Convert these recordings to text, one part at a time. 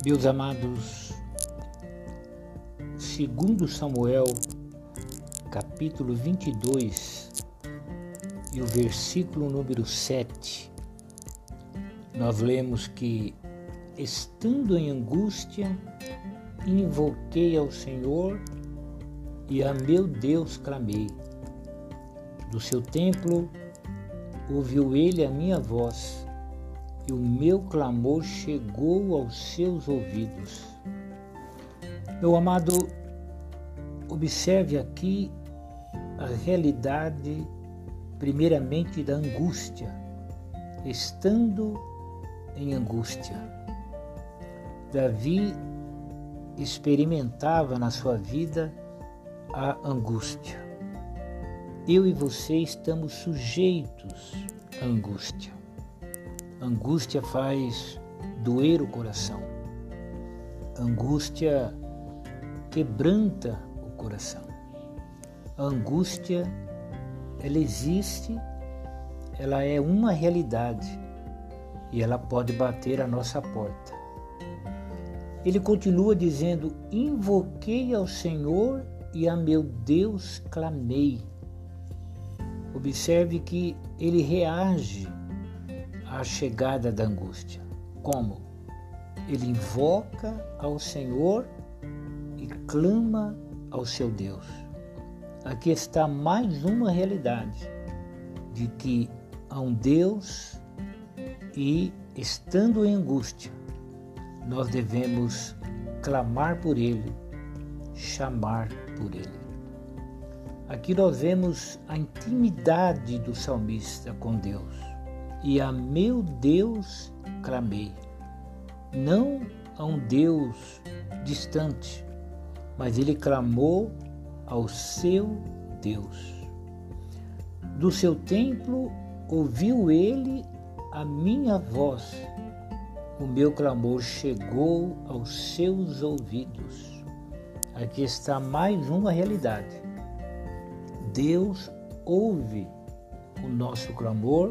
Meus amados, segundo Samuel, capítulo 22 e o versículo número 7, nós lemos que, estando em angústia, invoquei ao Senhor e a meu Deus clamei. Do seu templo ouviu ele a minha voz, e o meu clamor chegou aos seus ouvidos. Meu amado, observe aqui a realidade, primeiramente, da angústia. Estando em angústia, Davi experimentava na sua vida a angústia. Eu e você estamos sujeitos à angústia. Angústia faz doer o coração. Angústia quebranta o coração. A angústia, ela existe, ela é uma realidade e ela pode bater à nossa porta. Ele continua dizendo: invoquei ao Senhor e a meu Deus clamei. Observe que ele reage à chegada da angústia. Como? Ele invoca ao Senhor e clama ao seu Deus. Aqui está mais uma realidade de que há um Deus e, estando em angústia, nós devemos clamar por Ele, chamar por Ele. Aqui nós vemos a intimidade do salmista com Deus. E a meu Deus clamei. Não a um Deus distante, mas ele clamou ao seu Deus. Do seu templo ouviu ele a minha voz. O meu clamor chegou aos seus ouvidos. Aqui está mais uma realidade. Deus ouve o nosso clamor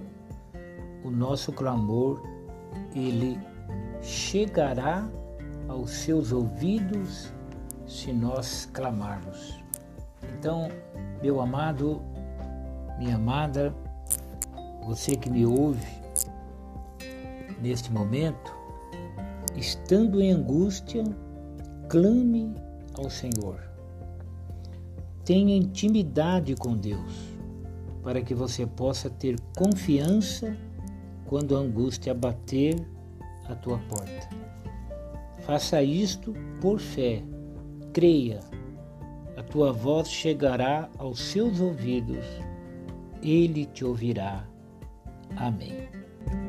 ele chegará aos seus ouvidos se nós clamarmos. Então, meu amado, minha amada, você que me ouve neste momento, estando em angústia, clame ao Senhor. Tenha intimidade com Deus, para que você possa ter confiança quando a angústia bater à tua porta. Faça isto por fé. Creia. A tua voz chegará aos seus ouvidos. Ele te ouvirá. Amém.